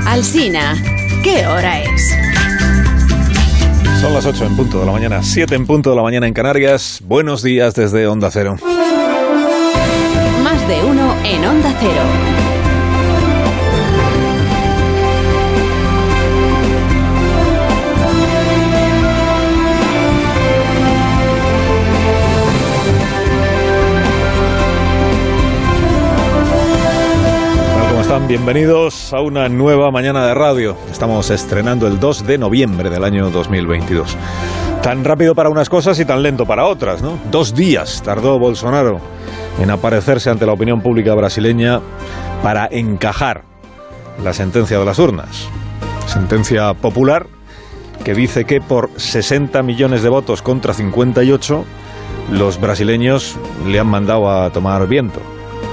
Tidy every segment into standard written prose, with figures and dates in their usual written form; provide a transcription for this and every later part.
Alsina, ¿qué hora es? Son las 8 en punto de la mañana, 7 en punto de la mañana en Canarias. Buenos días desde Onda Cero. Más de uno en Onda Cero. Bienvenidos a una nueva mañana de radio. Estamos estrenando el 2 de noviembre del año 2022. Tan rápido para unas cosas y tan lento para otras, ¿no? 2 días tardó Bolsonaro en aparecerse ante la opinión pública brasileña para encajar la sentencia de las urnas. Sentencia popular que dice que por 60 millones de votos contra 58, los brasileños le han mandado a tomar viento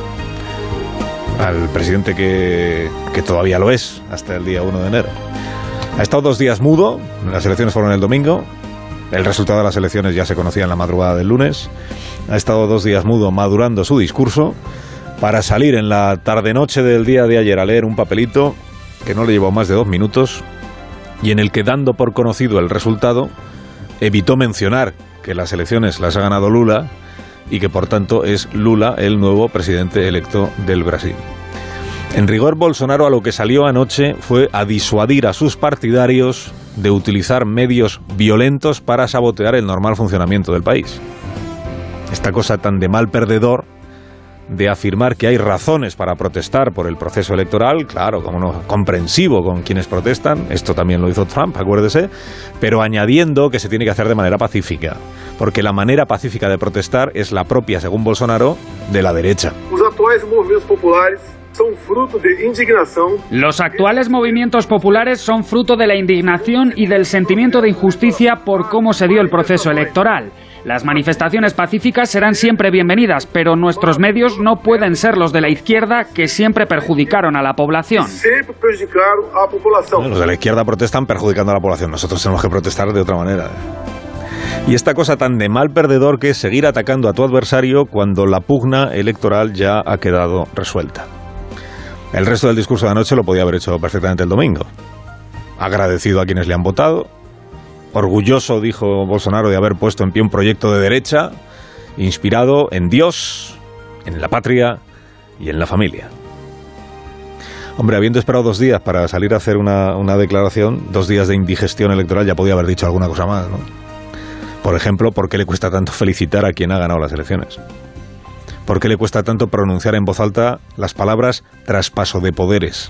al presidente que todavía lo es hasta el día 1 de enero. Ha estado 2 días mudo, las elecciones fueron el domingo, el resultado de las elecciones ya se conocía en la madrugada del lunes. Ha estado 2 días mudo madurando su discurso para salir en la tarde-noche del día de ayer a leer un papelito que no le llevó más de 2 minutos y en el que, dando por conocido el resultado, evitó mencionar que las elecciones las ha ganado Lula y que por tanto es Lula el nuevo presidente electo del Brasil. En rigor, Bolsonaro a lo que salió anoche fue a disuadir a sus partidarios de utilizar medios violentos para sabotear el normal funcionamiento del país. Esta cosa tan de mal perdedor de afirmar que hay razones para protestar por el proceso electoral, claro, como no, comprensivo con quienes protestan, esto también lo hizo Trump, acuérdese, pero añadiendo que se tiene que hacer de manera pacífica, porque la manera pacífica de protestar es la propia, según Bolsonaro, de la derecha. Los actuales movimientos populares son fruto de indignación. Los actuales movimientos populares son fruto de la indignación y del sentimiento de injusticia por cómo se dio el proceso electoral. Las manifestaciones pacíficas serán siempre bienvenidas, pero nuestros medios no pueden ser los de la izquierda que siempre perjudicaron a la población. Siempre perjudicaron a la población. Bueno, los de la izquierda protestan perjudicando a la población. Nosotros tenemos que protestar de otra manera. Y esta cosa tan de mal perdedor que es seguir atacando a tu adversario cuando la pugna electoral ya ha quedado resuelta. El resto del discurso de anoche lo podía haber hecho perfectamente el domingo. Agradecido a quienes le han votado. Orgulloso, dijo Bolsonaro, de haber puesto en pie un proyecto de derecha inspirado en Dios, en la patria y en la familia. Hombre, habiendo esperado 2 días para salir a hacer una declaración, 2 días de indigestión electoral, ya podía haber dicho alguna cosa más, ¿no? Por ejemplo, ¿por qué le cuesta tanto felicitar a quien ha ganado las elecciones? ¿Por qué le cuesta tanto pronunciar en voz alta las palabras traspaso de poderes?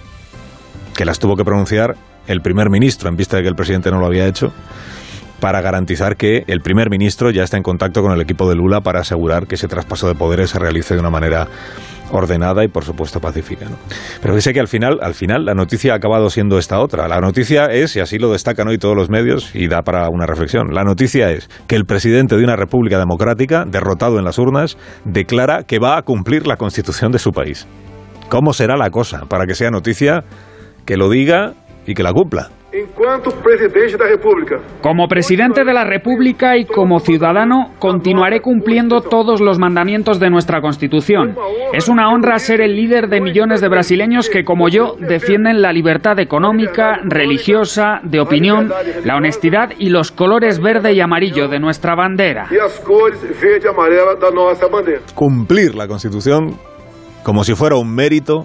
Que las tuvo que pronunciar el primer ministro, en vista de que el presidente no lo había hecho, para garantizar que el primer ministro ya está en contacto con el equipo de Lula para asegurar que ese traspaso de poderes se realice de una manera ordenada y, por supuesto, pacífica, ¿no? Pero dice que al final la noticia ha acabado siendo esta otra. La noticia es, y así lo destacan hoy todos los medios, y da para una reflexión, la noticia es que el presidente de una república democrática, derrotado en las urnas, declara que va a cumplir la Constitución de su país. ¿Cómo será la cosa para que sea noticia, que lo diga y que la cumpla? En cuanto presidente de la República. Como presidente de la República y como ciudadano, continuaré cumpliendo todos los mandamientos de nuestra Constitución. Es una honra ser el líder de millones de brasileños que, como yo, defienden la libertad económica, religiosa, de opinión, la honestidad y los colores verde y amarillo de nuestra bandera. Y las cores verde y amarela de nuestra bandera. Cumplir la Constitución como si fuera un mérito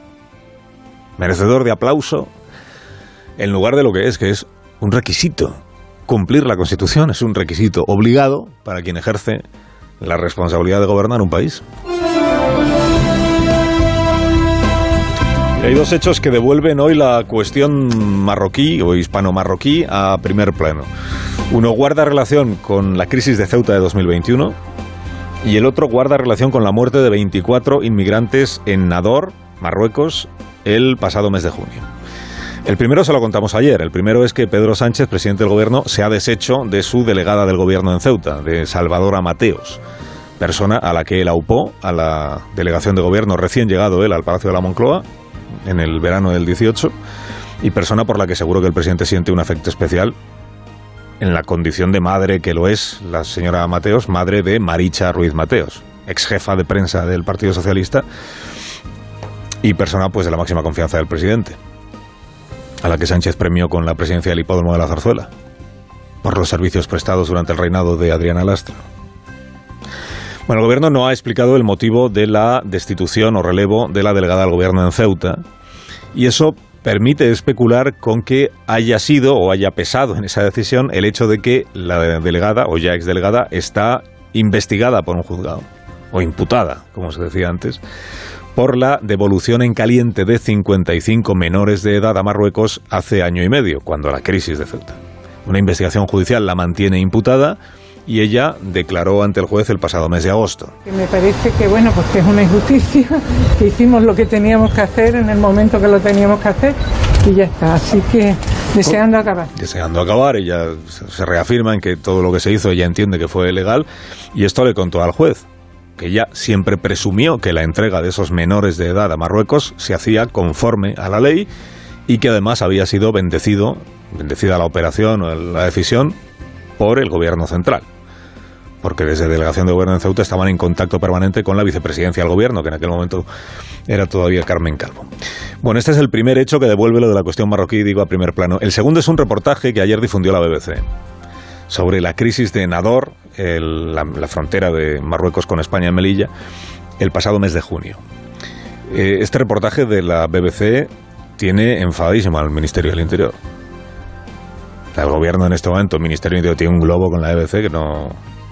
merecedor de aplauso, en lugar de lo que es un requisito. Cumplir la Constitución es un requisito obligado para quien ejerce la responsabilidad de gobernar un país. Y hay 2 hechos que devuelven hoy la cuestión marroquí o hispano-marroquí a primer plano. Uno guarda relación con la crisis de Ceuta de 2021 y el otro guarda relación con la muerte de 24 inmigrantes en Nador, Marruecos, el pasado mes de junio. El primero se lo contamos ayer. El primero es que Pedro Sánchez, presidente del gobierno, se ha deshecho de su delegada del gobierno en Ceuta, de Salvadora Mateos, persona a la que él aupó a la delegación de gobierno, recién llegado él al Palacio de la Moncloa, en el verano del 18, y persona por la que seguro que el presidente siente un afecto especial en la condición de madre que lo es la señora Mateos, madre de Maricha Ruiz Mateos, ex jefa de prensa del Partido Socialista y persona pues de la máxima confianza del presidente. a la que Sánchez premió con la presidencia del Hipódromo de la Zarzuela, por los servicios prestados durante el reinado de Adriana Lastra. Bueno, el gobierno no ha explicado el motivo de la destitución o relevo de la delegada del gobierno en Ceuta, y eso permite especular con que haya sido o haya pesado en esa decisión el hecho de que la delegada o ya exdelegada está investigada por un juzgado, o imputada, como se decía antes, por la devolución en caliente de 55 menores de edad a Marruecos hace año y medio, cuando la crisis de Ceuta. Una investigación judicial la mantiene imputada y ella declaró ante el juez el pasado mes de agosto. Me parece que que es una injusticia, que hicimos lo que teníamos que hacer en el momento que lo teníamos que hacer y ya está. Así que deseando acabar. Deseando acabar, ella se reafirma en que todo lo que se hizo ella entiende que fue legal, y esto le contó al juez, que ella siempre presumió que la entrega de esos menores de edad a Marruecos se hacía conforme a la ley y que además había sido bendecida la operación o la decisión por el gobierno central, porque desde Delegación de Gobierno en Ceuta estaban en contacto permanente con la vicepresidencia del gobierno, que en aquel momento era todavía Carmen Calvo. Bueno, este es el primer hecho que devuelve lo de la cuestión marroquí, digo, a primer plano. El segundo es un reportaje que ayer difundió la BBC sobre la crisis de Nador, la frontera de Marruecos con España en Melilla, el pasado mes de junio. Este reportaje de la BBC tiene enfadadísimo al Ministerio del Interior. El gobierno en este momento, el Ministerio del Interior, tiene un globo con la BBC que no...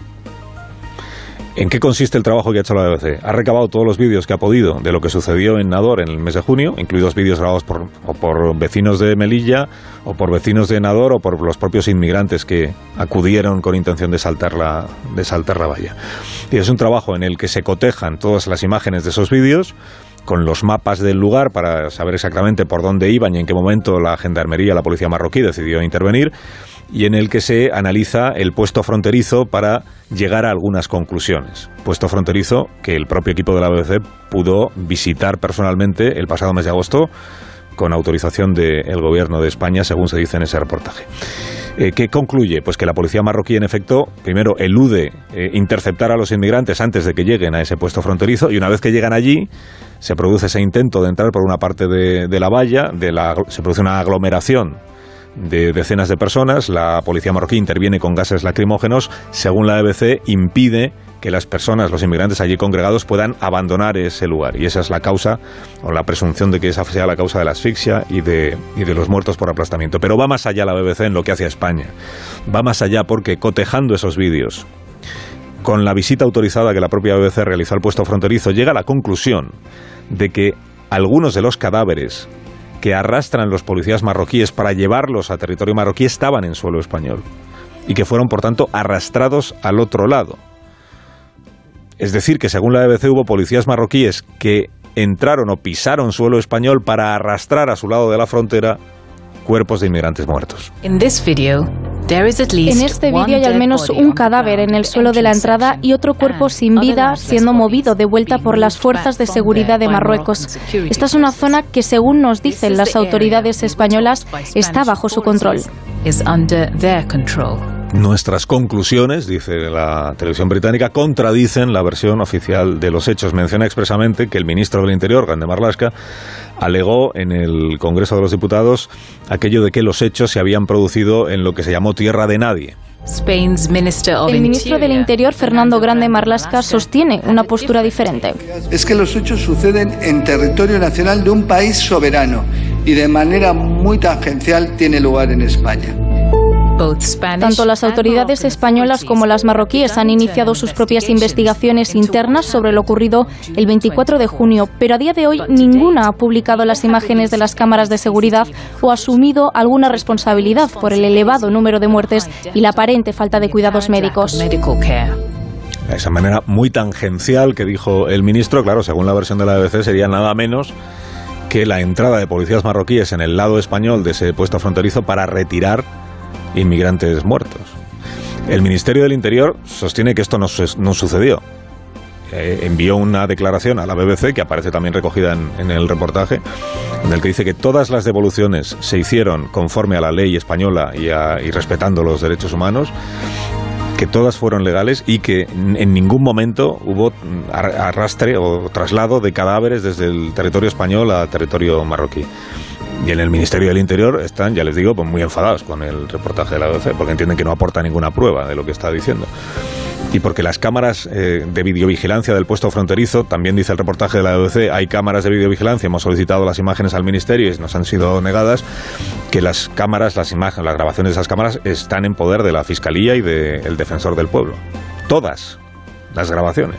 ¿En qué consiste el trabajo que ha hecho la BBC? Ha recabado todos los vídeos que ha podido de lo que sucedió en Nador en el mes de junio, incluidos vídeos grabados por vecinos de Melilla, o por vecinos de Nador, o por los propios inmigrantes que acudieron con intención de saltar la valla. Y es un trabajo en el que se cotejan todas las imágenes de esos vídeos con los mapas del lugar para saber exactamente por dónde iban y en qué momento la gendarmería, la policía marroquí decidió intervenir, y en el que se analiza el puesto fronterizo para llegar a algunas conclusiones. Puesto fronterizo que el propio equipo de la BBC pudo visitar personalmente el pasado mes de agosto con autorización del gobierno de España, según se dice en ese reportaje. ¿Qué concluye? Pues que la policía marroquí, en efecto, primero elude interceptar a los inmigrantes antes de que lleguen a ese puesto fronterizo, y una vez que llegan allí se produce ese intento de entrar por una parte de la valla, se produce una aglomeración de decenas de personas. La policía marroquí interviene con gases lacrimógenos, según la BBC, impide que las personas, los inmigrantes allí congregados, puedan abandonar ese lugar, y esa es la causa, o la presunción de que esa sea la causa de la asfixia y de los muertos por aplastamiento. Pero va más allá la BBC en lo que hace a España, va más allá, porque cotejando esos vídeos con la visita autorizada que la propia BBC realizó al puesto fronterizo, llega a la conclusión de que algunos de los cadáveres que arrastran los policías marroquíes para llevarlos a territorio marroquí estaban en suelo español y que fueron, por tanto, arrastrados al otro lado. Es decir, que según la BBC hubo policías marroquíes que entraron o pisaron suelo español para arrastrar a su lado de la frontera cuerpos de inmigrantes muertos. En este vídeo hay al menos un cadáver en el suelo de la entrada y otro cuerpo sin vida siendo movido de vuelta por las fuerzas de seguridad de Marruecos. Esta es una zona que, según nos dicen las autoridades españolas, está bajo su control. Nuestras conclusiones, dice la televisión británica, contradicen la versión oficial de los hechos. Menciona expresamente que el ministro del Interior, Grande Marlaska, alegó en el Congreso de los Diputados aquello de que los hechos se habían producido en lo que se llamó tierra de nadie. El ministro del Interior, Fernando Grande Marlaska, sostiene una postura diferente. Es que los hechos suceden en territorio nacional de un país soberano y de manera muy tangencial tiene lugar en España. Tanto las autoridades españolas como las marroquíes han iniciado sus propias investigaciones internas sobre lo ocurrido el 24 de junio, pero a día de hoy ninguna ha publicado las imágenes de las cámaras de seguridad o asumido alguna responsabilidad por el elevado número de muertes y la aparente falta de cuidados médicos. De esa manera muy tangencial que dijo el ministro, claro, según la versión de la BBC, sería nada menos que la entrada de policías marroquíes en el lado español de ese puesto fronterizo para retirar inmigrantes muertos. El Ministerio del Interior sostiene que esto no sucedió. Envió una declaración a la BBC, que aparece también recogida en el reportaje, en el que dice que todas las devoluciones se hicieron conforme a la ley española y respetando los derechos humanos, que todas fueron legales y que en ningún momento hubo arrastre o traslado de cadáveres desde el territorio español a territorio marroquí. Y en el Ministerio del Interior están, ya les digo, pues muy enfadados con el reportaje de la BBC, porque entienden que no aporta ninguna prueba de lo que está diciendo. Y porque las cámaras de videovigilancia del puesto fronterizo, también dice el reportaje de la BBC, hay cámaras de videovigilancia, hemos solicitado las imágenes al Ministerio y nos han sido negadas, que las cámaras, las imágenes, las grabaciones de esas cámaras están en poder de la Fiscalía y del Defensor del Pueblo. Todas las grabaciones.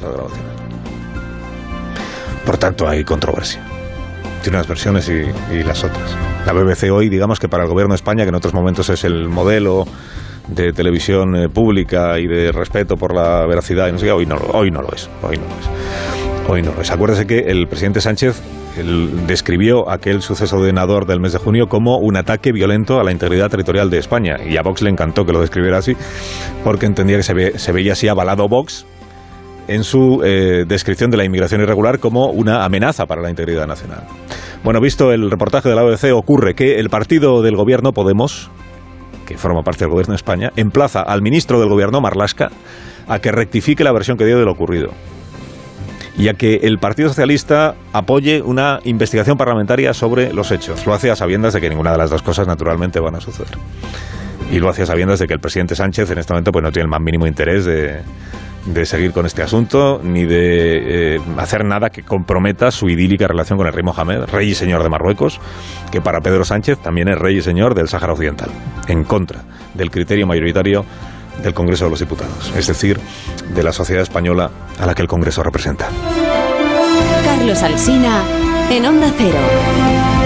Por tanto, hay controversia. Tiene unas versiones y las otras. La BBC hoy, digamos que para el Gobierno de España, que en otros momentos es el modelo de televisión pública y de respeto por la veracidad y no sé qué, hoy no lo es. Acuérdese que el presidente Sánchez describió aquel suceso de Nador del mes de junio como un ataque violento a la integridad territorial de España, y a Vox le encantó que lo describiera así, porque entendía que se veía así avalado Vox en su descripción de la inmigración irregular como una amenaza para la integridad nacional. Bueno, visto el reportaje de la BBC, ocurre que el partido del gobierno, Podemos, que forma parte del gobierno de España, emplaza al ministro del gobierno, Marlaska, a que rectifique la versión que dio de lo ocurrido y a que el Partido Socialista apoye una investigación parlamentaria sobre los hechos. Lo hace a sabiendas de que ninguna de las dos cosas naturalmente van a suceder. Y lo hace a sabiendas de que el presidente Sánchez en este momento pues no tiene el más mínimo interés de seguir con este asunto, ni de hacer nada que comprometa su idílica relación con el rey Mohamed, rey y señor de Marruecos, que para Pedro Sánchez también es rey y señor del Sáhara Occidental, en contra del criterio mayoritario del Congreso de los Diputados, es decir, de la sociedad española a la que el Congreso representa. Carlos Alsina, en Onda Cero.